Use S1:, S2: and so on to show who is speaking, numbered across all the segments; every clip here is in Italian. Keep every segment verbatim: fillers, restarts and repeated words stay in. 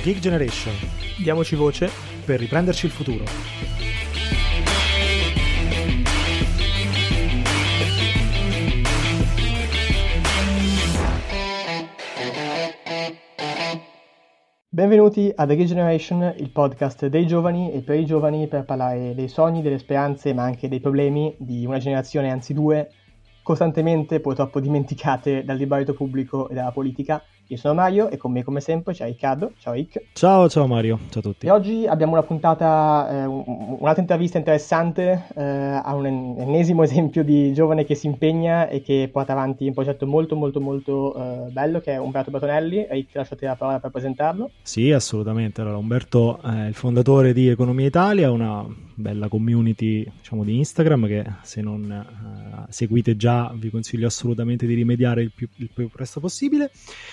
S1: Geek Generation.
S2: Diamoci voce
S1: per riprenderci il futuro.
S2: Benvenuti a The Geek Generation, il podcast dei giovani e per i giovani per parlare dei sogni, delle speranze, ma anche dei problemi di una generazione, anzi due, costantemente purtroppo dimenticate dal dibattito pubblico e dalla politica. Io sono Mario e con me come sempre c'è Riccardo. Ciao Rick.
S1: Ciao, ciao Mario, ciao a tutti.
S2: E oggi abbiamo una puntata, eh, un, un'altra intervista interessante eh, a un ennesimo esempio di giovane che si impegna e che porta avanti un progetto molto molto molto eh, bello, che è Umberto Bertonelli. Rick, lasciate la parola per presentarlo.
S1: Sì, assolutamente. Allora, Umberto è il fondatore di Economia Italia, una bella community, diciamo, di Instagram che se non eh, seguite già vi consiglio assolutamente di rimediare il più, il più presto possibile.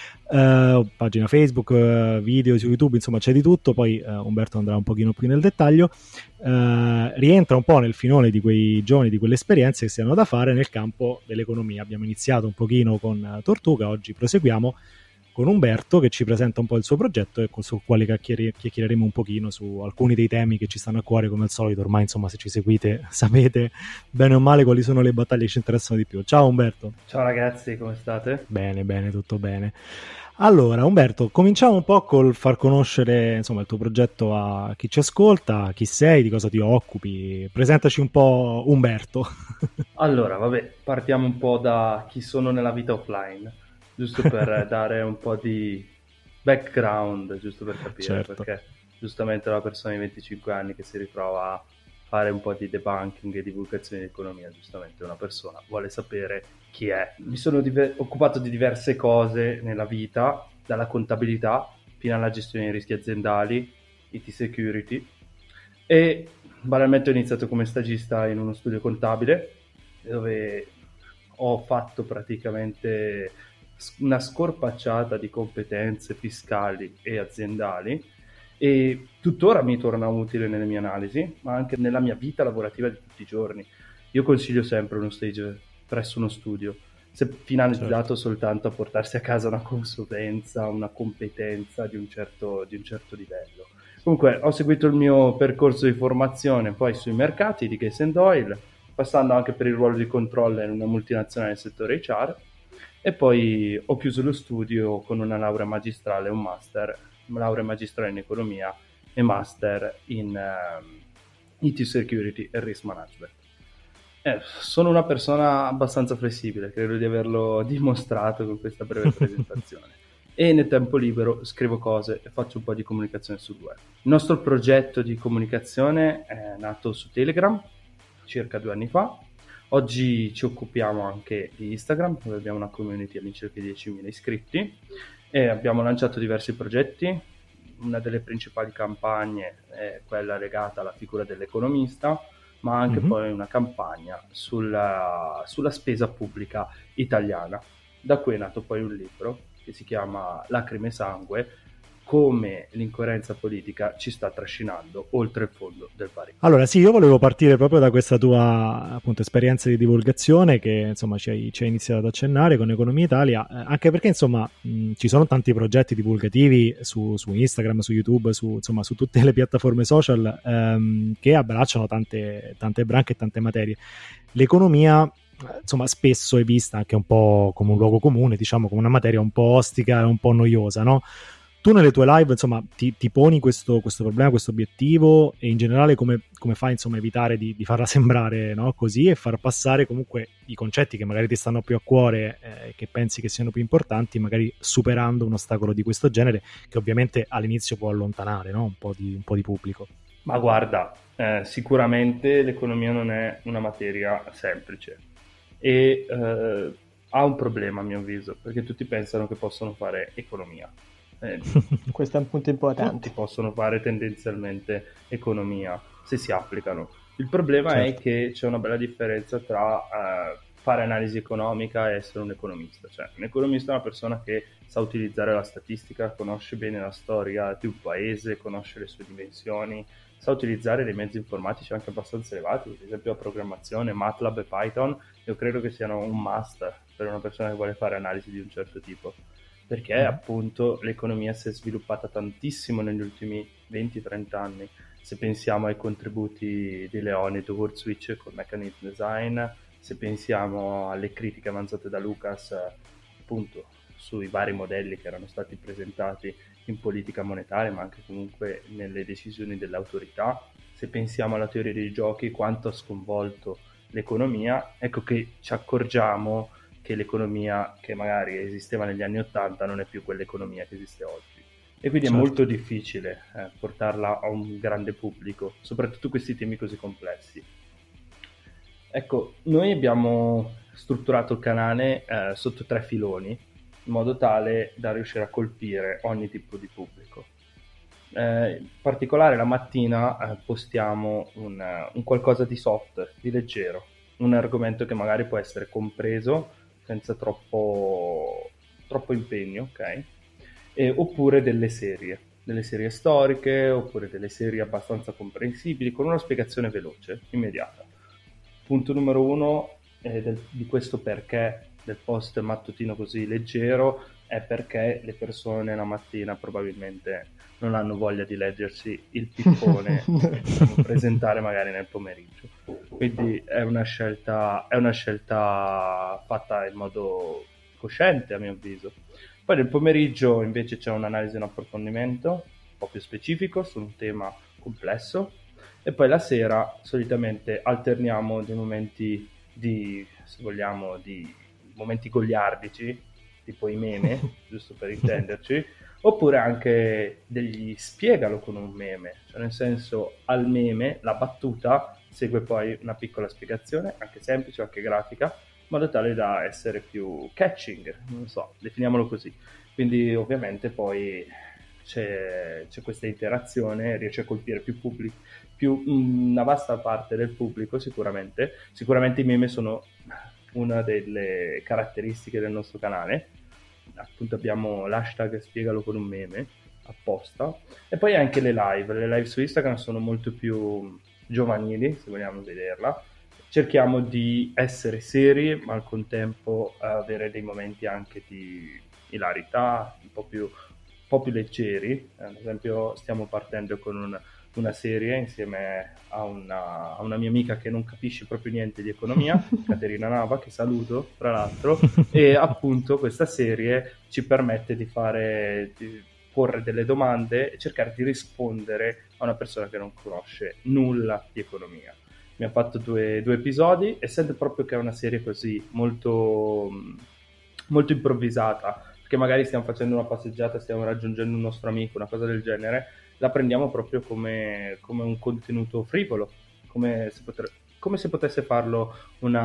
S1: Uh, pagina Facebook, uh, video su YouTube, insomma c'è di tutto. Poi uh, Umberto andrà un pochino più nel dettaglio. Uh, rientra un po' nel filone di quei giovani, di quelle esperienze che si hanno da fare nel campo dell'economia. Abbiamo iniziato un pochino con uh, Tortuga, oggi proseguiamo con Umberto che ci presenta un po' il suo progetto e sul quale chiacchiere- chiacchiereremo un pochino su alcuni dei temi che ci stanno a cuore, come al solito. Ormai, insomma, se ci seguite sapete bene o male quali sono le battaglie che ci interessano di più. Ciao Umberto.
S3: Ciao ragazzi, come state?
S1: Bene, bene, tutto bene. Allora Umberto, cominciamo un po' col far conoscere, insomma, il tuo progetto a chi ci ascolta, chi sei, di cosa ti occupi. Presentaci un po' Umberto.
S3: Allora, vabbè, partiamo un po' da chi sono nella vita offline, giusto per dare un po' di background, giusto per capire,
S1: certo.
S3: Perché giustamente una persona di venticinque anni che si ritrova a fare un po' di debunking e divulgazione di economia, giustamente una persona vuole sapere chi è. Mi sono diver- occupato di diverse cose nella vita, dalla contabilità fino alla gestione dei rischi aziendali, I T security, e banalmente ho iniziato come stagista in uno studio contabile dove ho fatto praticamente una scorpacciata di competenze fiscali e aziendali, e tuttora mi torna utile nelle mie analisi, ma anche nella mia vita lavorativa di tutti i giorni. Io consiglio sempre uno stage presso uno studio, se finalizzato certo. soltanto a portarsi a casa una consulenza, una competenza di un certo, di un certo livello. Comunque ho seguito il mio percorso di formazione poi sui mercati di Case and Doyle, passando anche per il ruolo di controller in una multinazionale nel settore H R, e poi ho chiuso lo studio con una laurea magistrale e un master, laurea magistrale in economia e master in um, I T security e risk management. Eh, sono una persona abbastanza flessibile, credo di averlo dimostrato con questa breve presentazione. E nel tempo libero scrivo cose e faccio un po' di comunicazione sul web. Il nostro progetto di comunicazione è nato su Telegram circa due anni fa. Oggi ci occupiamo anche di Instagram, dove abbiamo una community all'incirca di diecimila iscritti, e abbiamo lanciato diversi progetti. Una delle principali campagne è quella legata alla figura dell'economista, ma anche mm-hmm. poi una campagna sulla, sulla spesa pubblica italiana. Da cui è nato poi un libro che si chiama Lacrime e sangue, come l'incoerenza politica ci sta trascinando oltre il fondo del barile.
S1: Allora sì, io volevo partire proprio da questa tua appunto esperienza di divulgazione che insomma ci hai, ci hai iniziato ad accennare con Economia Italia, eh, anche perché insomma mh, ci sono tanti progetti divulgativi su, su Instagram, su YouTube, su, insomma su tutte le piattaforme social ehm, che abbracciano tante, tante branche e tante materie. L'economia insomma spesso è vista anche un po' come un luogo comune, diciamo come una materia un po' ostica e un po' noiosa, no? Tu nelle tue live insomma ti, ti poni questo, questo problema, questo obiettivo, e in generale come, come fai insomma a evitare di, di farla sembrare, no, così, e far passare comunque i concetti che magari ti stanno più a cuore, eh, che pensi che siano più importanti, magari superando un ostacolo di questo genere che ovviamente all'inizio può allontanare, no, un po' di, un po' di pubblico.
S3: Ma guarda, eh, sicuramente l'economia non è una materia semplice e eh, ha un problema a mio avviso, perché tutti pensano che possono fare economia. Eh,
S2: questo è un punto importante.
S3: Tutti possono fare tendenzialmente economia se si applicano. Il problema certo. è che c'è una bella differenza tra uh, fare analisi economica e essere un economista. Cioè, un economista è una persona che sa utilizzare la statistica, conosce bene la storia di un paese, conosce le sue dimensioni, sa utilizzare dei mezzi informatici anche abbastanza elevati, ad esempio la programmazione, MATLAB e Python. Io credo che siano un must per una persona che vuole fare analisi di un certo tipo. perché mm. appunto l'economia si è sviluppata tantissimo negli ultimi venti trenta anni. Se pensiamo ai contributi di Leonid Wurzwicz con Mechanism Design, se pensiamo alle critiche avanzate da Lucas appunto sui vari modelli che erano stati presentati in politica monetaria, ma anche comunque nelle decisioni dell'autorità, se pensiamo alla teoria dei giochi, quanto ha sconvolto l'economia, ecco che ci accorgiamo che l'economia che magari esisteva negli anni Ottanta non è più quell'economia che esiste oggi. E quindi certo. È molto difficile eh, portarla a un grande pubblico, soprattutto questi temi così complessi. Ecco, noi abbiamo strutturato il canale eh, sotto tre filoni, in modo tale da riuscire a colpire ogni tipo di pubblico. Eh, in particolare la mattina eh, postiamo un, un qualcosa di soft, di leggero, un argomento che magari può essere compreso senza troppo, troppo impegno, ok? E, oppure delle serie, delle serie storiche, oppure delle serie abbastanza comprensibili, con una spiegazione veloce, immediata. Punto numero uno eh, del, di questo perché del post mattutino così leggero è perché le persone la mattina probabilmente non hanno voglia di leggersi il pippone che possiamo presentare magari nel pomeriggio. Quindi è una scelta, è una scelta fatta in modo cosciente, a mio avviso. Poi nel pomeriggio invece c'è un'analisi e un approfondimento un po' più specifico su un tema complesso, e poi la sera solitamente alterniamo dei momenti di, se vogliamo, di momenti goliardici, tipo i meme, giusto per intenderci, oppure anche degli spiegalo con un meme, cioè nel senso al meme la battuta segue poi una piccola spiegazione, anche semplice, anche grafica, in modo tale da essere più catching, non so, definiamolo così. Quindi ovviamente poi c'è, c'è questa interazione, riesce a colpire più pubblico, più una vasta parte del pubblico sicuramente. Sicuramente i meme sono una delle caratteristiche del nostro canale, appunto abbiamo l'hashtag spiegalo con un meme apposta, e poi anche le live, le live su Instagram sono molto più giovanili, se vogliamo vederla. Cerchiamo di essere seri, ma al contempo avere dei momenti anche di ilarità, un po' più, un po' più leggeri. Ad esempio stiamo partendo con un, una serie insieme a una, a una mia amica che non capisce proprio niente di economia, Caterina Nava, che saluto tra l'altro, e appunto questa serie ci permette di fare... Di, porre delle domande e cercare di rispondere a una persona che non conosce nulla di economia. Mi ha fatto due, due episodi, essendo proprio che è una serie così molto, molto improvvisata, perché magari stiamo facendo una passeggiata, stiamo raggiungendo un nostro amico, una cosa del genere, la prendiamo proprio come, come un contenuto frivolo, come se, potre, come se potesse farlo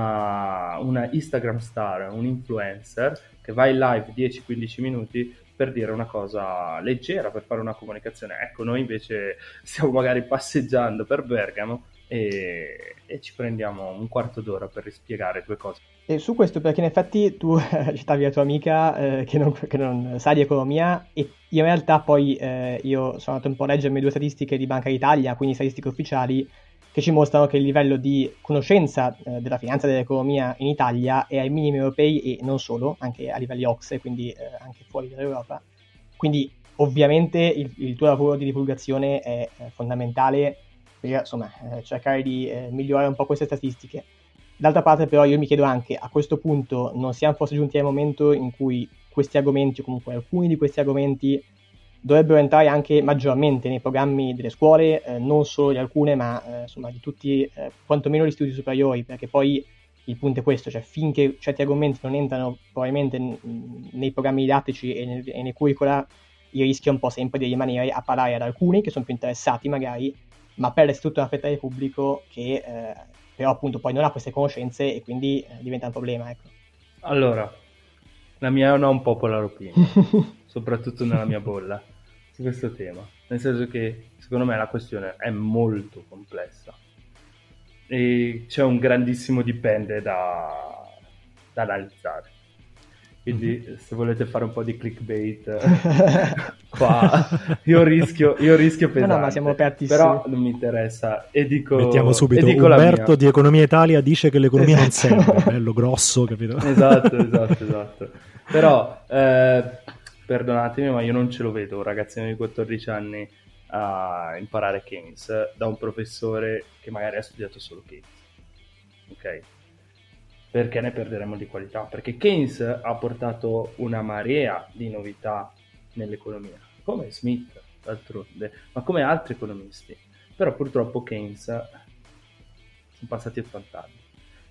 S3: una, una Instagram star, un influencer che va in live dieci quindici minuti per dire una cosa leggera, per fare una comunicazione. Ecco, noi invece stiamo magari passeggiando per Bergamo e, e ci prendiamo un quarto d'ora per rispiegare due cose.
S2: E su questo, perché in effetti tu citavi la tua amica eh, che, non, che non sa di economia, e in realtà poi eh, io sono andato un po' a leggermi due statistiche di Banca d'Italia, quindi statistiche ufficiali, che ci mostrano che il livello di conoscenza eh, della finanza e dell'economia in Italia è ai minimi europei, e non solo, anche a livelli O C S E, quindi eh, anche fuori dall'Europa. Quindi ovviamente il, il tuo lavoro di divulgazione è eh, fondamentale per insomma, eh, cercare di eh, migliorare un po' queste statistiche. D'altra parte però io mi chiedo anche, a questo punto non siamo forse giunti al momento in cui questi argomenti, o comunque alcuni di questi argomenti, dovrebbero entrare anche maggiormente nei programmi delle scuole, eh, non solo di alcune, ma eh, insomma di tutti, eh, quantomeno gli studi superiori, perché poi il punto è questo, cioè finché certi argomenti non entrano probabilmente n- nei programmi didattici e, nel, e nei curricula, il rischio è un po' sempre di rimanere a parlare ad alcuni che sono più interessati magari, ma perdersi tutta una fetta del pubblico che eh, però appunto poi non ha queste conoscenze e quindi eh, diventa un problema, ecco.
S3: Allora, la mia è una un popular opinion, soprattutto nella mia bolla, su questo tema. Nel senso che, secondo me, la questione è molto complessa. E c'è un grandissimo dipende da, da analizzare. Quindi, mm-hmm. se volete fare un po' di clickbait, qua io rischio, io rischio pesante.
S2: No, no, ma siamo apertissimi.
S3: Però non mi interessa. E dico,
S1: mettiamo subito,
S3: e dico
S1: Umberto di Economia Italia dice che l'economia
S2: esatto.
S1: non serve, bello grosso, capito?
S3: Esatto, esatto, esatto. Però, eh, perdonatemi, ma io non ce lo vedo un ragazzino di quattordici anni a imparare Keynes da un professore che magari ha studiato solo Keynes, ok? Perché ne perderemo di qualità? Perché Keynes ha portato una marea di novità nell'economia, come Smith d'altronde, ma come altri economisti. Però purtroppo Keynes sono passati ottanta anni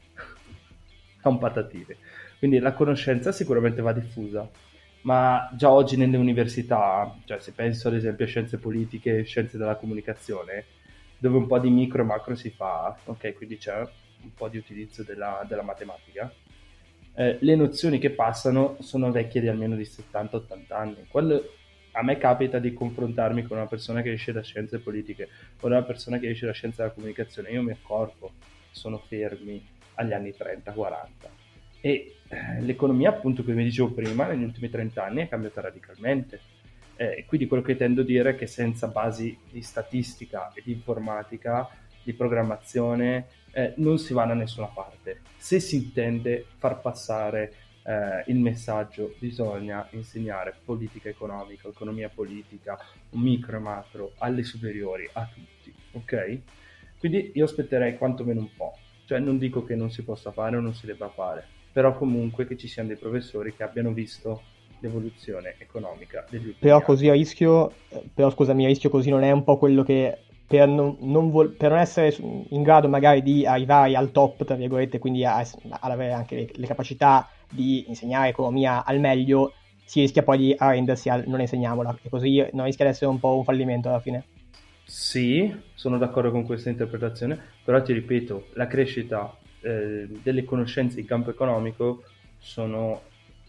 S3: a un patatine. Quindi la conoscenza sicuramente va diffusa, ma già oggi nelle università, cioè se penso ad esempio a scienze politiche e scienze della comunicazione, dove un po' di micro e macro si fa, ok, quindi c'è un po' di utilizzo della, della matematica, eh, le nozioni che passano sono vecchie di almeno di settanta ottanta anni. Quando a me capita di confrontarmi con una persona che esce da scienze politiche o una persona che esce da scienze della comunicazione, io mi accorgo che sono fermi agli anni trenta quaranta. E eh, l'economia, appunto, come dicevo prima, negli ultimi trenta anni è cambiata radicalmente. Eh, quindi quello che tendo a dire è che senza basi di statistica e di informatica, di programmazione, eh, non si va da nessuna parte. Se si intende far passare eh, il messaggio, bisogna insegnare politica economica, economia politica, micro e macro alle superiori, a tutti, ok? Quindi io aspetterei quantomeno un po'. Cioè non dico che non si possa fare o non si debba fare, però comunque che ci siano dei professori che abbiano visto l'evoluzione economica degli ultimi
S2: Però
S3: anni.
S2: così a rischio, però scusami, a rischio così non è un po' quello che per non, non vol- per non essere in grado magari di arrivare al top, tra virgolette, quindi a- ad avere anche le, le capacità di insegnare economia al meglio, si rischia poi di arrendersi al non insegniamola, e così non rischia di essere un po' un fallimento alla fine.
S3: Sì, sono d'accordo con questa interpretazione, però ti ripeto, la crescita eh, delle conoscenze in campo economico sono,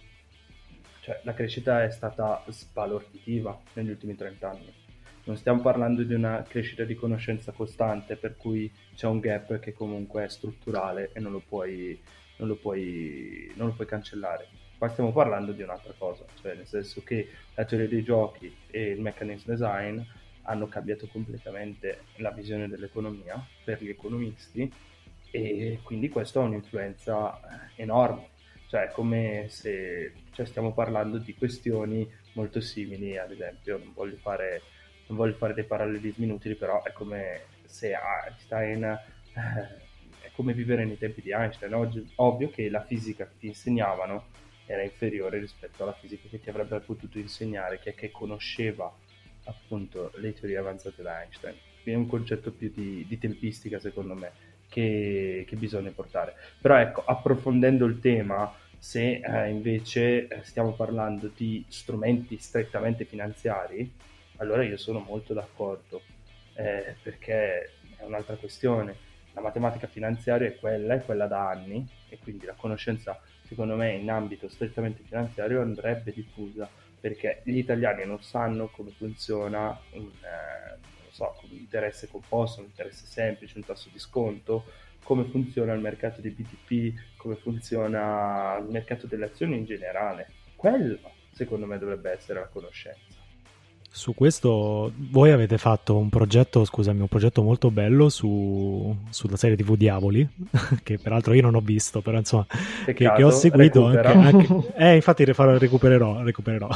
S3: cioè la crescita è stata sbalorditiva negli ultimi trenta anni. Non stiamo parlando di una crescita di conoscenza costante, per cui c'è un gap che comunque è strutturale e non lo puoi, non lo puoi, non lo puoi cancellare. Qua stiamo parlando di un'altra cosa, cioè nel senso che la teoria dei giochi e il mechanism design hanno cambiato completamente la visione dell'economia per gli economisti, e quindi questo ha un'influenza enorme. Cioè è come se, cioè, stiamo parlando di questioni molto simili, ad esempio, non voglio fare, non voglio fare dei parallelismi inutili, però è come se Einstein, eh, è come vivere nei tempi di Einstein. Oggi, ovvio che la fisica che ti insegnavano era inferiore rispetto alla fisica che ti avrebbe potuto insegnare chi è che conosceva appunto le teorie avanzate da Einstein. Quindi è un concetto più di, di tempistica, secondo me, che, che bisogna portare. Però ecco, approfondendo il tema, se eh, invece eh, stiamo parlando di strumenti strettamente finanziari, allora io sono molto d'accordo, eh, perché è un'altra questione. La matematica finanziaria è quella, è quella da anni, e quindi la conoscenza, secondo me, in ambito strettamente finanziario andrebbe diffusa, perché gli italiani non sanno come funziona un, eh, non so, un interesse composto, un interesse semplice, un tasso di sconto, come funziona il mercato dei B T P, come funziona il mercato delle azioni in generale. Quello, secondo me, dovrebbe essere la conoscenza.
S1: Su questo voi avete fatto un progetto, scusami, un progetto molto bello su, sulla serie tivù Diavoli, che peraltro io non ho visto, però insomma, che, che ho seguito anche, anche, eh, infatti recupererò, recupererò.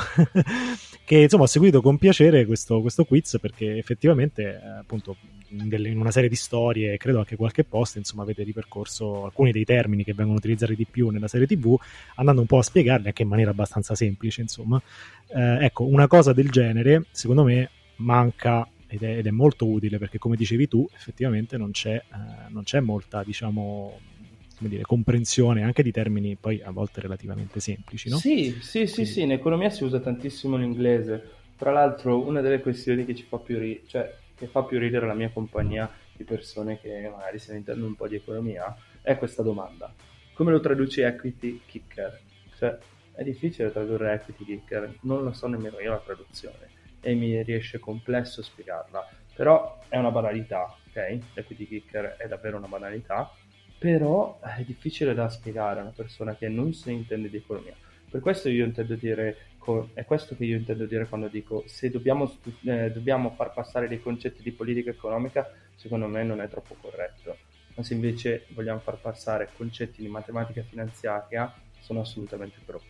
S1: Che insomma ho seguito con piacere questo, questo quiz, perché effettivamente eh, appunto in, delle, in una serie di storie, credo anche qualche post, insomma avete ripercorso alcuni dei termini che vengono utilizzati di più nella serie tivù, andando un po' a spiegarli anche in maniera abbastanza semplice, insomma. Eh, ecco, una cosa del genere secondo me manca ed è, ed è molto utile, perché come dicevi tu effettivamente non c'è, eh, non c'è molta, diciamo, come dire, comprensione anche di termini poi a volte relativamente semplici, no?
S3: Sì, sì, sì,
S1: Quindi...
S3: sì, in economia si usa tantissimo l'inglese. Tra l'altro una delle questioni che ci fa più ridere, cioè che fa più ridere la mia compagnia di persone che magari se ne intendono un po' di economia, è questa domanda: come lo traduci equity kicker? Cioè è difficile tradurre equity kicker, non lo so nemmeno io la traduzione e mi riesce complesso spiegarla, però è una banalità, ok? L'equity kicker è davvero una banalità, però è difficile da spiegare a una persona che non se ne intende di economia. Per questo io intendo dire, è questo che io intendo dire quando dico se dobbiamo, eh, dobbiamo far passare dei concetti di politica economica, secondo me non è troppo corretto. Ma se invece vogliamo far passare concetti di matematica finanziaria, sono assolutamente pro.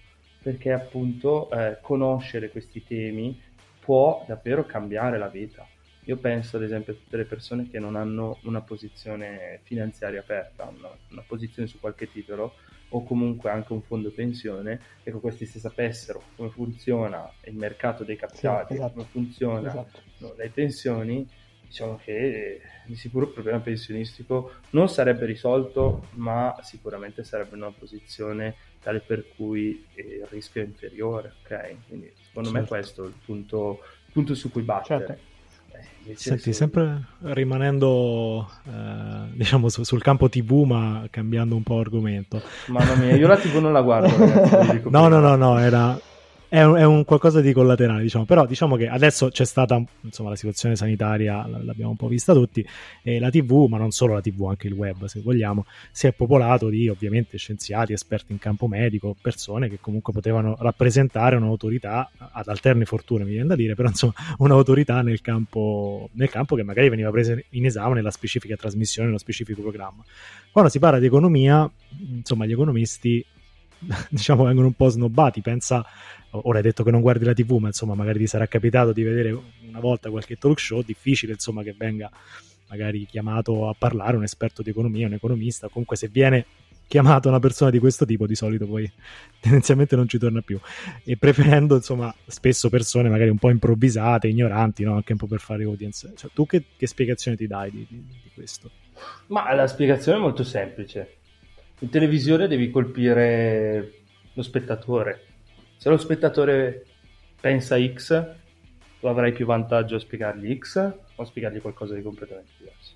S3: perché appunto eh, conoscere questi temi può davvero cambiare la vita. Io penso ad esempio a tutte le persone che non hanno una posizione finanziaria aperta, una, una posizione su qualche titolo o comunque anche un fondo pensione, ecco, questi se sapessero come funziona il mercato dei capitali,
S2: sì, esatto,
S3: come funziona
S2: esatto.
S3: no, le pensioni, diciamo che di sicuro il problema pensionistico non sarebbe risolto, ma sicuramente sarebbe in una posizione tale per cui il rischio è inferiore, ok? Quindi secondo certo. me questo è il punto, il punto su cui battere.
S2: Certo.
S1: Eh, Senti, su... sempre rimanendo eh, diciamo su, sul campo tivù, ma cambiando un po' argomento.
S3: Mamma mia, io la tivù non la guardo, ragazzi.
S1: no, no, no, no, era... È un, è un qualcosa di collaterale, diciamo. Però diciamo che adesso c'è stata, insomma, la situazione sanitaria l'abbiamo un po' vista tutti, e la tivù, ma non solo la tivù, anche il web, se vogliamo, si è popolato di ovviamente scienziati, esperti in campo medico, persone che comunque potevano rappresentare un'autorità ad alterne fortune, mi viene da dire, però insomma un'autorità nel campo, nel campo che magari veniva presa in esame nella specifica trasmissione, nello specifico programma. Quando si parla di economia, insomma, gli economisti diciamo vengono un po' snobbati. Pensa, ora hai detto che non guardi la tivù, ma insomma magari ti sarà capitato di vedere una volta qualche talk show, difficile insomma che venga magari chiamato a parlare un esperto di economia, un economista. Comunque se viene chiamata una persona di questo tipo di solito poi tendenzialmente non ci torna più, e preferendo insomma spesso persone magari un po' improvvisate, ignoranti, no? Anche un po' per fare audience. Cioè, tu che, che spiegazione ti dai di, di, di questo?
S3: Ma la spiegazione è molto semplice. In televisione devi colpire lo spettatore. Se lo spettatore pensa X, tu avrai più vantaggio a spiegargli X o a spiegargli qualcosa di completamente diverso.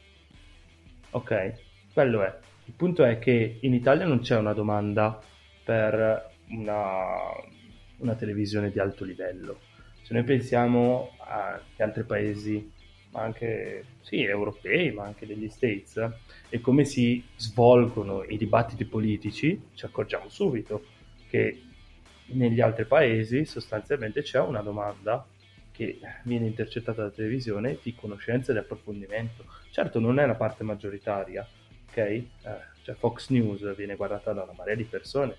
S3: Ok? Quello è. Il punto è che in Italia non c'è una domanda per una, una televisione di alto livello. Se noi pensiamo a altri paesi, ma anche sì, europei, ma anche degli States, e come si svolgono i dibattiti politici, ci accorgiamo subito che negli altri paesi sostanzialmente c'è una domanda che viene intercettata dalla televisione di conoscenza e di approfondimento. Certo, non è la parte maggioritaria, ok? Eh, cioè Fox News viene guardata da una marea di persone,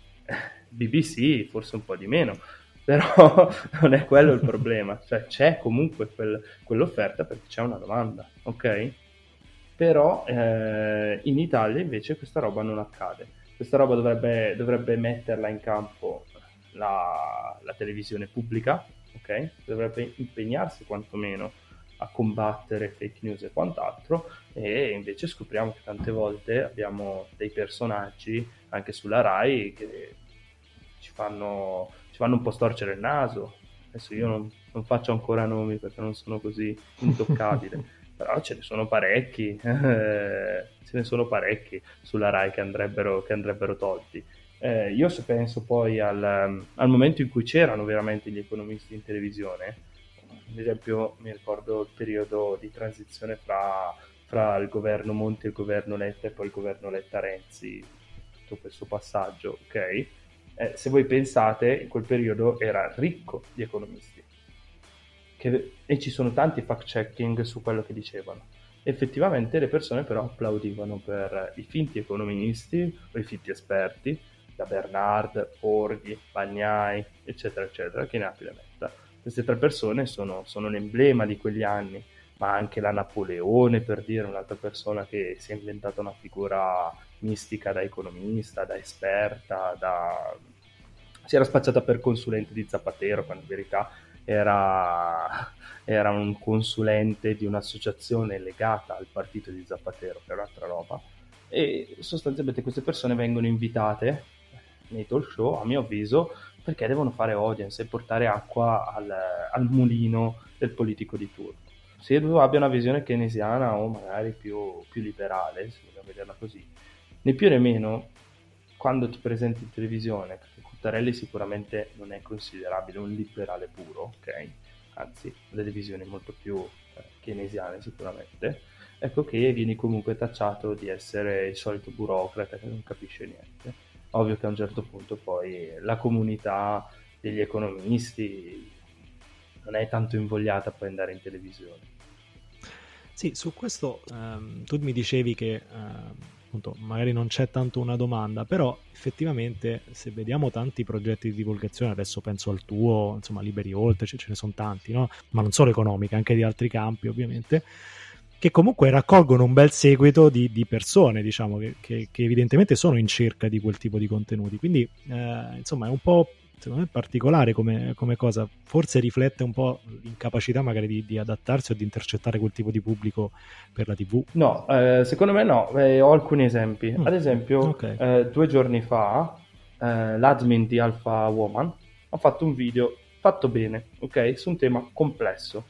S3: B B C forse un po' di meno, però non è quello il problema, cioè c'è comunque quel, quell'offerta perché c'è una domanda, ok? Però eh, in Italia invece questa roba non accade. Questa roba dovrebbe, dovrebbe metterla in campo la, la televisione pubblica, ok? Dovrebbe impegnarsi quantomeno a combattere fake news e quant'altro, e invece scopriamo che tante volte abbiamo dei personaggi anche sulla Rai che ci fanno, ci fanno un po' storcere il naso. Adesso io non, non faccio ancora nomi perché non sono così intoccabile, però ce ne sono parecchi, eh, ce ne sono parecchi sulla Rai che andrebbero, che andrebbero tolti. Eh, io se penso poi al, al momento in cui c'erano veramente gli economisti in televisione, ad esempio mi ricordo il periodo di transizione fra, fra il governo Monti e il governo Letta e poi il governo Letta-Renzi, tutto questo passaggio, ok? Eh, se voi pensate, in quel periodo era ricco di economisti che, e ci sono tanti fact-checking su quello che dicevano. Effettivamente le persone però applaudivano per i finti economisti o i finti esperti, da Bernard, Borghi, Bagnai, eccetera, eccetera, che ne ha più ne metta. Queste tre persone sono, sono l'emblema di quegli anni, ma anche la Napoleone, per dire, un'altra persona che si è inventata una figura mistica da economista, da esperta, da... si era spacciata per consulente di Zapatero, quando in verità era, era un consulente di un'associazione legata al partito di Zapatero, che è un'altra roba. E sostanzialmente queste persone vengono invitate nei talk show, a mio avviso, perché devono fare audience e portare acqua al, al mulino del politico di turno. Se tu abbia una visione keynesiana o magari più, più liberale, se vogliamo vederla così, né più né meno, quando ti presenti in televisione, perché Cottarelli sicuramente non è considerabile un liberale puro, ok? Anzi, ha delle visioni molto più eh, keynesiane sicuramente, ecco che vieni comunque tacciato di essere il solito burocrata che non capisce niente. Ovvio che a un certo punto poi la comunità degli economisti non è tanto invogliata a poi andare in televisione.
S1: Sì, su questo ehm, tu mi dicevi che ehm, appunto magari non c'è tanto una domanda, però effettivamente se vediamo tanti progetti di divulgazione, adesso penso al tuo, insomma Liberi Oltre, ce, ce ne sono tanti, no? Ma non solo economica, anche di altri campi ovviamente, che comunque raccolgono un bel seguito di, di persone, diciamo, che, che, che evidentemente sono in cerca di quel tipo di contenuti. Quindi eh, insomma è un po', secondo me, particolare come, come cosa, forse riflette un po' l'incapacità magari di, di adattarsi o di intercettare quel tipo di pubblico per la tivù.
S3: No, eh, secondo me no, eh, ho alcuni esempi.
S1: Mm.
S3: Ad esempio,
S1: Okay.
S3: eh, due giorni fa, eh, l'admin di Alpha Woman ha fatto un video fatto bene, ok? Su un tema complesso,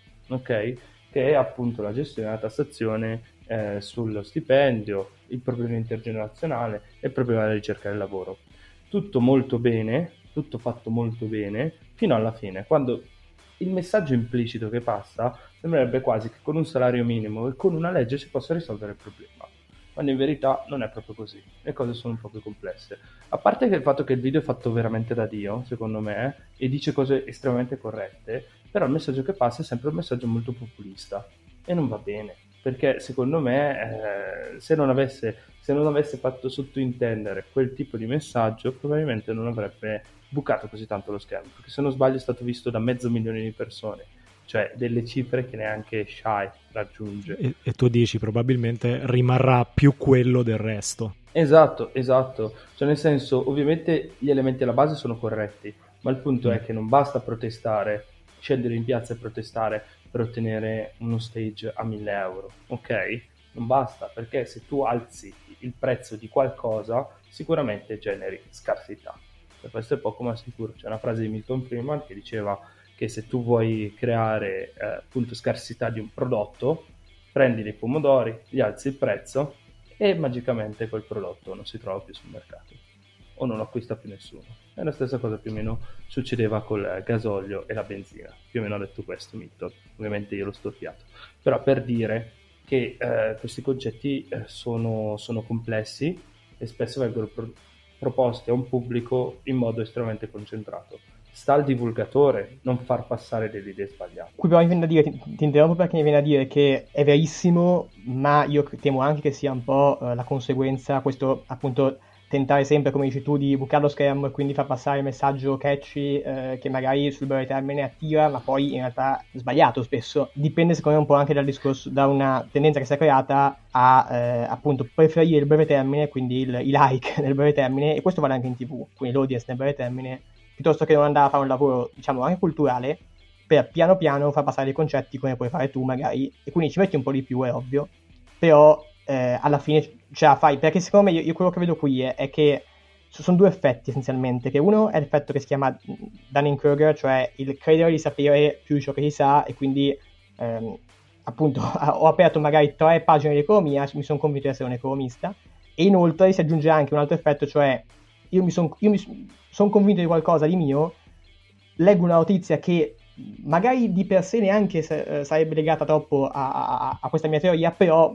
S3: ok? Che è appunto la gestione della tassazione eh, sullo stipendio, il problema intergenerazionale e il problema della ricerca del lavoro. Tutto molto bene, tutto fatto molto bene, fino alla fine, quando il messaggio implicito che passa sembrerebbe quasi che con un salario minimo e con una legge si possa risolvere il problema, quando in verità non è proprio così, le cose sono un po' più complesse. A parte che il fatto che il video è fatto veramente da Dio, secondo me, e dice cose estremamente corrette, però il messaggio che passa è sempre un messaggio molto populista e non va bene, perché secondo me eh, se non avesse se non avesse fatto sottointendere quel tipo di messaggio probabilmente non avrebbe bucato così tanto lo schermo, perché se non sbaglio è stato visto da mezzo milione di persone, cioè delle cifre che neanche Shy raggiunge.
S1: E, e tu dici probabilmente rimarrà più quello del resto.
S3: Esatto, esatto, cioè nel senso, ovviamente gli elementi alla base sono corretti, ma il punto
S1: Mm.
S3: è che non basta protestare, scendere in piazza e protestare per ottenere uno stage a mille euro, ok? Non basta, perché se tu alzi il prezzo di qualcosa sicuramente generi scarsità. Per questo è poco ma sicuro. C'è una frase di Milton Friedman che diceva che se tu vuoi creare eh, appunto scarsità di un prodotto, prendi dei pomodori, gli alzi il prezzo e magicamente quel prodotto non si trova più sul mercato o non acquista più nessuno. E la stessa cosa più o meno succedeva col gasolio e la benzina. Più o meno ha detto questo Milton, ovviamente io l'ho storpiato, però per dire che eh, questi concetti eh, sono, sono complessi e spesso vengono pro- proposti a un pubblico in modo estremamente concentrato. Sta al divulgatore non far passare delle idee sbagliate.
S2: Qui però mi viene da dire, ti, ti interrompo perché mi viene da dire che è verissimo, ma io temo anche che sia un po' eh, la conseguenza, questo appunto tentare sempre, come dici tu, di bucare lo schermo e quindi far passare il messaggio catchy eh, che magari sul breve termine attira, ma poi in realtà sbagliato spesso. Dipende secondo me un po' anche dal discorso, da una tendenza che si è creata a eh, appunto preferire il breve termine, quindi il, i like nel breve termine, e questo vale anche in tv, quindi l'audience nel breve termine, piuttosto che non andare a fare un lavoro, diciamo, anche culturale, per piano piano far passare i concetti come puoi fare tu magari, e quindi ci metti un po' di più, è ovvio, però eh, alla fine ce la fai, perché secondo me io, io quello che vedo qui è, è che sono due effetti essenzialmente, che uno è l'effetto che si chiama Dunning-Kruger, cioè il credere di sapere più di ciò che si sa, e quindi ehm, appunto ho aperto magari tre pagine di economia, mi sono convinto di essere un economista, e inoltre si aggiunge anche un altro effetto, cioè io mi sono son convinto di qualcosa di mio, leggo una notizia che magari di per sé neanche eh, sarebbe legata troppo a, a, a questa mia teoria, però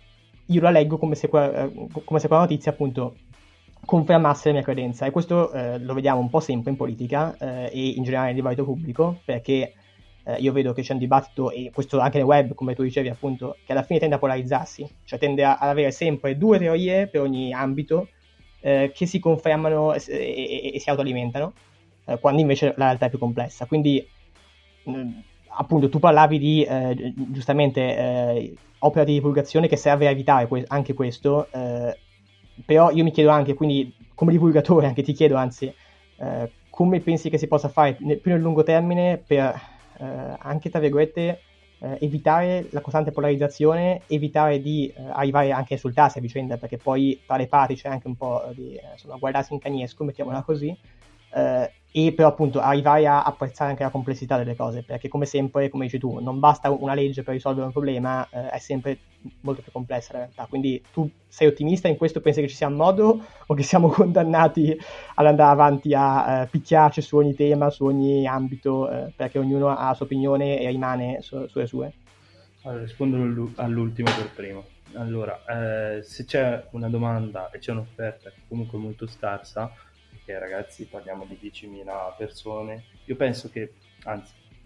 S2: io la leggo come se, que- come se quella notizia appunto confermasse la mia credenza, e questo eh, lo vediamo un po' sempre in politica eh, e in generale nel dibattito pubblico, perché eh, io vedo che c'è un dibattito, e questo anche nel web, come tu dicevi appunto, che alla fine tende a polarizzarsi, cioè tende a, ad avere sempre due teorie per ogni ambito eh, che si confermano e, e, e si autoalimentano, eh, quando invece la realtà è più complessa. Quindi mh, appunto tu parlavi di eh, giustamente eh, opera di divulgazione che serve a evitare que- anche questo, eh, però io mi chiedo anche, quindi come divulgatore anche ti chiedo anzi, eh, come pensi che si possa fare nel, più nel lungo termine per eh, anche tra virgolette eh, evitare la costante polarizzazione, evitare di eh, arrivare anche a insultarsi a vicenda, perché poi tra le parti c'è anche un po' di eh, insomma, guardarsi in cagnesco, mettiamola così, eh, e però appunto arrivare a apprezzare anche la complessità delle cose, perché come sempre, come dici tu, non basta una legge per risolvere un problema, eh, è sempre molto più complessa la realtà. Quindi tu sei ottimista in questo, pensi che ci sia un modo, o che siamo condannati ad andare avanti a eh, picchiarci su ogni tema, su ogni ambito, eh, perché ognuno ha la sua opinione e rimane su- sulle sue?
S3: Allora, rispondo all'ultimo per primo. Allora, eh, se c'è una domanda e c'è un'offerta che comunque è molto scarsa, perché ragazzi parliamo di diecimila persone, io penso che, anzi,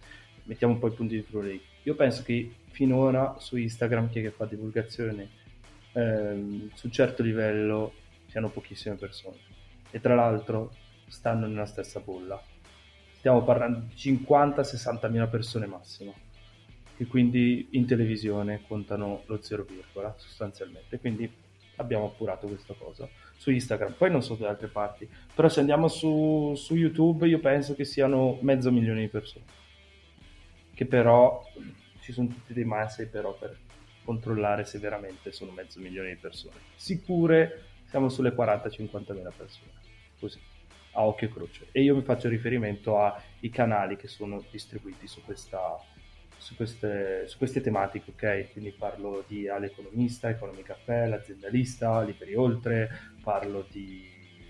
S3: mettiamo un po' i punti di fluore. Io penso che finora su Instagram chi è che fa divulgazione ehm, su un certo livello siano pochissime persone, e tra l'altro stanno nella stessa bolla. Stiamo parlando di cinquanta sessanta mila persone massimo, che quindi in televisione contano lo zero virgola sostanzialmente, quindi abbiamo appurato questa cosa su Instagram. Poi non so da altre parti, però se andiamo su, su YouTube io penso che siano mezzo milione di persone, che però ci sono tutti dei massi però per controllare se veramente sono mezzo milione di persone. Sicure siamo sulle quaranta cinquanta mila persone, così a occhio e croce, e io mi faccio riferimento ai canali che sono distribuiti su questa su queste, su queste tematiche, ok? Quindi parlo di All'Economista, Economy Caffè, L'Aziendalista, Liberi Oltre, parlo di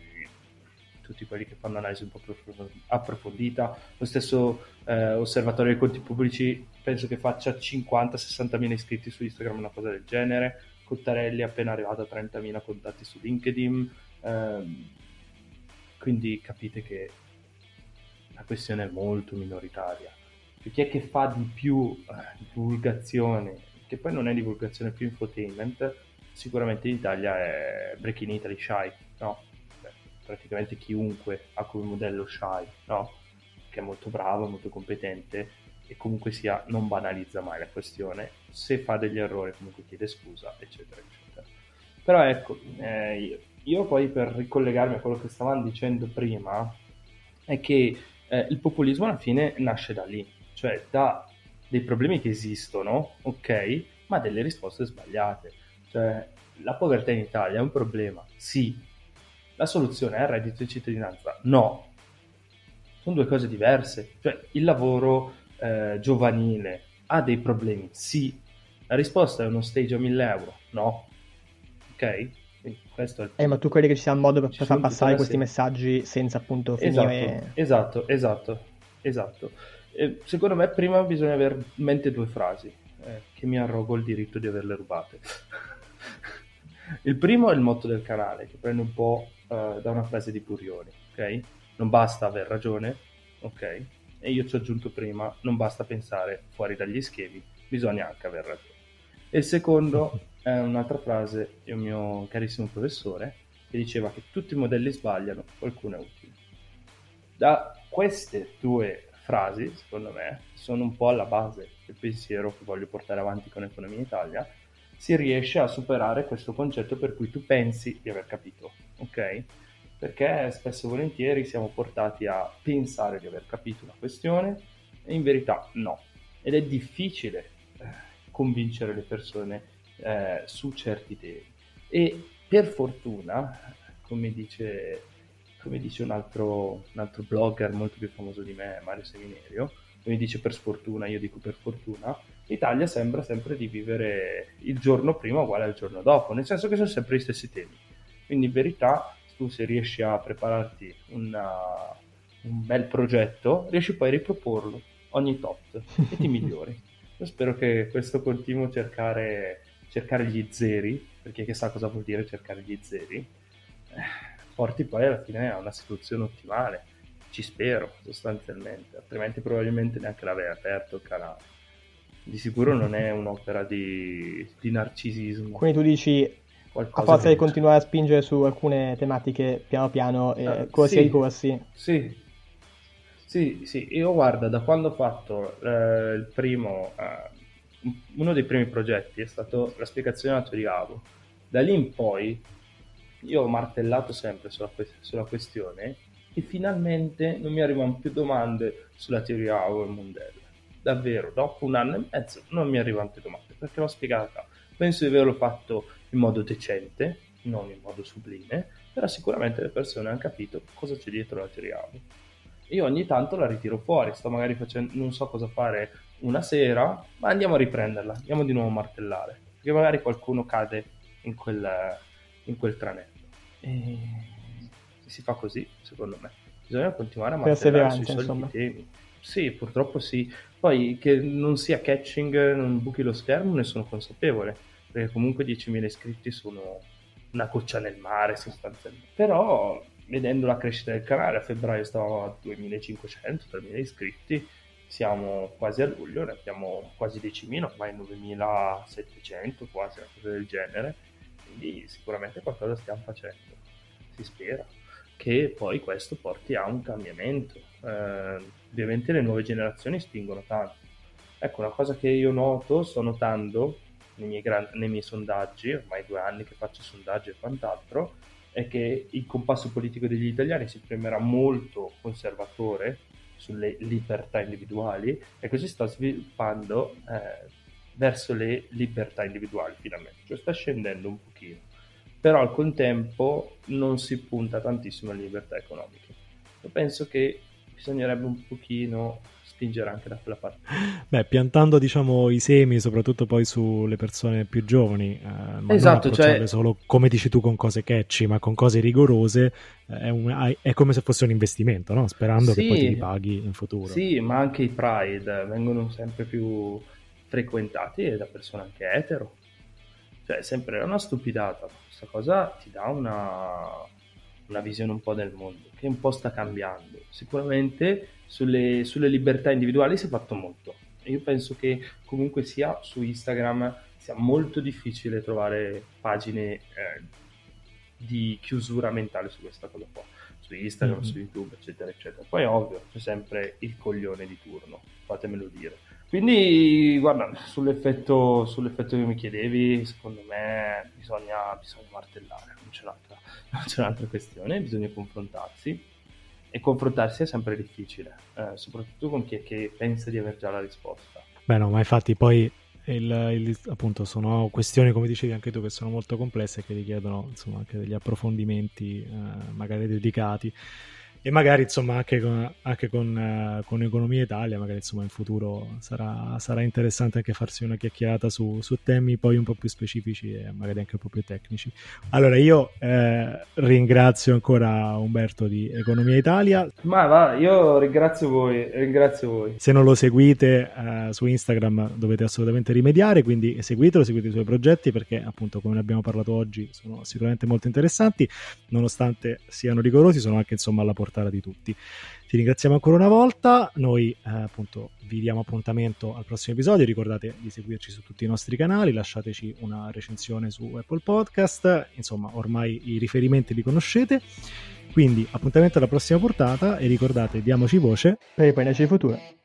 S3: tutti quelli che fanno analisi un po' più approfondita. Lo stesso eh, Osservatorio dei Conti Pubblici penso che faccia cinquanta sessanta mila iscritti su Instagram, una cosa del genere. Cottarelli è appena arrivato a trenta mila contatti su LinkedIn, ehm, quindi capite che la questione è molto minoritaria. Chi è che fa di più eh, divulgazione, che poi non è divulgazione, più infotainment, sicuramente in Italia è Break in Italy, Shy, no? Beh, praticamente chiunque ha come modello Shy, no? Che è molto bravo, molto competente e comunque sia non banalizza mai la questione, se fa degli errori comunque chiede scusa, eccetera, eccetera. Però ecco, eh, io, io poi per ricollegarmi a quello che stavamo dicendo prima, è che eh, il populismo alla fine nasce da lì, cioè da dei problemi che esistono, ok, ma delle risposte sbagliate. Cioè, la povertà in Italia è un problema? Sì. La soluzione è il reddito di cittadinanza? No. Sono due cose diverse. Cioè, il lavoro eh, giovanile ha dei problemi? Sì. La risposta è uno stage a mille euro? No. Ok? Quindi questo è il
S2: Eh, ma tu credi che ci sia un modo per, per far passare questi
S3: serie.
S2: messaggi senza appunto
S3: Esatto,
S2: finire...
S3: esatto, esatto, esatto. Eh, secondo me prima bisogna avere in mente due frasi, eh, che mi arrogo il diritto di averle rubate. Il primo è il motto del canale, che prende un po' eh, da una frase di Burioni, ok? Non basta aver ragione, ok? E io ci ho aggiunto prima, non basta pensare fuori dagli schemi, bisogna anche aver ragione. E il secondo è un'altra frase di un mio carissimo professore, che diceva che tutti i modelli sbagliano, qualcuno è utile. Da queste due frasi, secondo me, sono un po' alla base del pensiero che voglio portare avanti con Economia Italia. Si riesce a superare questo concetto per cui tu pensi di aver capito, ok? Perché spesso e volentieri siamo portati a pensare di aver capito una questione e in verità no. Ed è difficile eh, convincere le persone eh, su certi temi. E per fortuna, come dice, come dice un altro, un altro blogger molto più famoso di me, Mario Seminerio, lui dice per sfortuna, io dico per fortuna, l'Italia sembra sempre di vivere il giorno prima uguale al giorno dopo, nel senso che sono sempre gli stessi temi. Quindi in verità tu, se riesci a prepararti una, un bel progetto, riesci poi a riproporlo ogni tot e ti migliori. Io spero che questo continuo cercare, cercare gli zeri, perché chi sa cosa vuol dire cercare gli zeri, eh, porti poi alla fine a una soluzione ottimale. Ci spero sostanzialmente, altrimenti probabilmente neanche l'avrei aperto il canale. Di sicuro non è un'opera di, di narcisismo.
S2: Quindi tu dici,
S3: Qualcosa
S2: a forza
S3: che...
S2: di continuare a spingere su alcune tematiche piano piano, eh,
S3: Ah,
S2: corsi
S3: sì,
S2: e ricorsi.
S3: Sì, sì, sì. Io guarda, da quando ho fatto eh, il primo, eh, uno dei primi progetti è stato la spiegazione della teoria A V O. Da lì in poi io ho martellato sempre sulla, sulla questione e finalmente non mi arrivano più domande sulla teoria A V O e Mundell. Davvero, dopo un anno e mezzo non mi arrivano più domande perché l'ho spiegata. Penso di averlo fatto in modo decente, non in modo sublime, però sicuramente le persone hanno capito cosa c'è dietro la teoria A V O. Io ogni tanto la ritiro fuori, sto magari facendo, non so cosa fare una sera, ma andiamo a riprenderla, andiamo di nuovo a martellare, perché magari qualcuno cade in quel, in quel tranello. E si fa così, secondo me. Bisogna continuare a martellare sui soliti insomma. temi. Sì, purtroppo sì. Poi che non sia catching, non buchi lo schermo, ne sono consapevole, perché comunque diecimila iscritti sono una goccia nel mare sostanzialmente. Però vedendo la crescita del canale, a febbraio stavo a duemilacinquecento, tremila iscritti, siamo quasi a luglio, ne abbiamo quasi diecimila, ormai novemilasettecento, quasi una cosa del genere, quindi sicuramente qualcosa stiamo facendo, si spera che poi questo porti a un cambiamento. Eh, ovviamente le nuove generazioni spingono tanto. Ecco, una cosa che io noto, sto notando nei miei, gran- nei miei sondaggi, ormai due anni che faccio sondaggi e quant'altro, è che il compasso politico degli italiani si premerà molto conservatore sulle libertà individuali, e così sta sviluppando eh, verso le libertà individuali finalmente, cioè sta scendendo un pochino, però al contempo non si punta tantissimo alle libertà economiche. Io penso che bisognerebbe un pochino spingere anche da quella parte.
S1: Beh, piantando diciamo i semi soprattutto poi sulle persone più giovani, eh, ma
S3: esatto,
S1: non
S3: cioè
S1: solo come dici tu con cose catchy, ma con cose rigorose, eh, è, un, è come se fosse un investimento, no? Sperando
S3: sì,
S1: che poi ti ripaghi in futuro.
S3: Sì, ma anche i Pride vengono sempre più frequentati da persone anche etero, cioè sempre una stupidata. Questa cosa ti dà una, una visione un po' del mondo che un po' sta cambiando. Sicuramente sulle, sulle libertà individuali si è fatto molto. Io penso che comunque sia su Instagram sia molto difficile trovare pagine eh, di chiusura mentale su questa cosa qua, su Instagram, mm-hmm. su YouTube, eccetera, eccetera. Poi ovvio, c'è sempre il coglione di turno, fatemelo dire. Quindi, guarda, sull'effetto, sull'effetto che mi chiedevi, secondo me bisogna, bisogna martellare, non c'è, un'altra, non c'è un'altra questione, bisogna confrontarsi, e confrontarsi è sempre difficile, eh, soprattutto con chi è che pensa di aver già la risposta.
S1: Beh no, ma infatti poi il, il, appunto sono questioni, come dicevi anche tu, che sono molto complesse e che richiedono insomma anche degli approfondimenti eh, magari dedicati, e magari insomma anche con, anche con, uh, con Economia Italia magari insomma in futuro sarà, sarà interessante anche farsi una chiacchierata su, su temi poi un po' più specifici e magari anche un po' più tecnici. Allora io eh, ringrazio ancora Umberto di Economia Italia.
S3: Ma va, io ringrazio voi, ringrazio voi.
S1: Se non lo seguite uh, su Instagram dovete assolutamente rimediare, quindi seguitelo, seguite i suoi progetti, perché appunto, come ne abbiamo parlato oggi, sono sicuramente molto interessanti, nonostante siano rigorosi, sono anche insomma alla portata di tutti. Ti ringraziamo ancora una volta, noi eh, appunto vi diamo appuntamento al prossimo episodio, ricordate di seguirci su tutti i nostri canali, lasciateci una recensione su Apple Podcast, insomma ormai i riferimenti li conoscete, quindi appuntamento alla prossima portata e ricordate, diamoci voce
S2: per i panici futuro.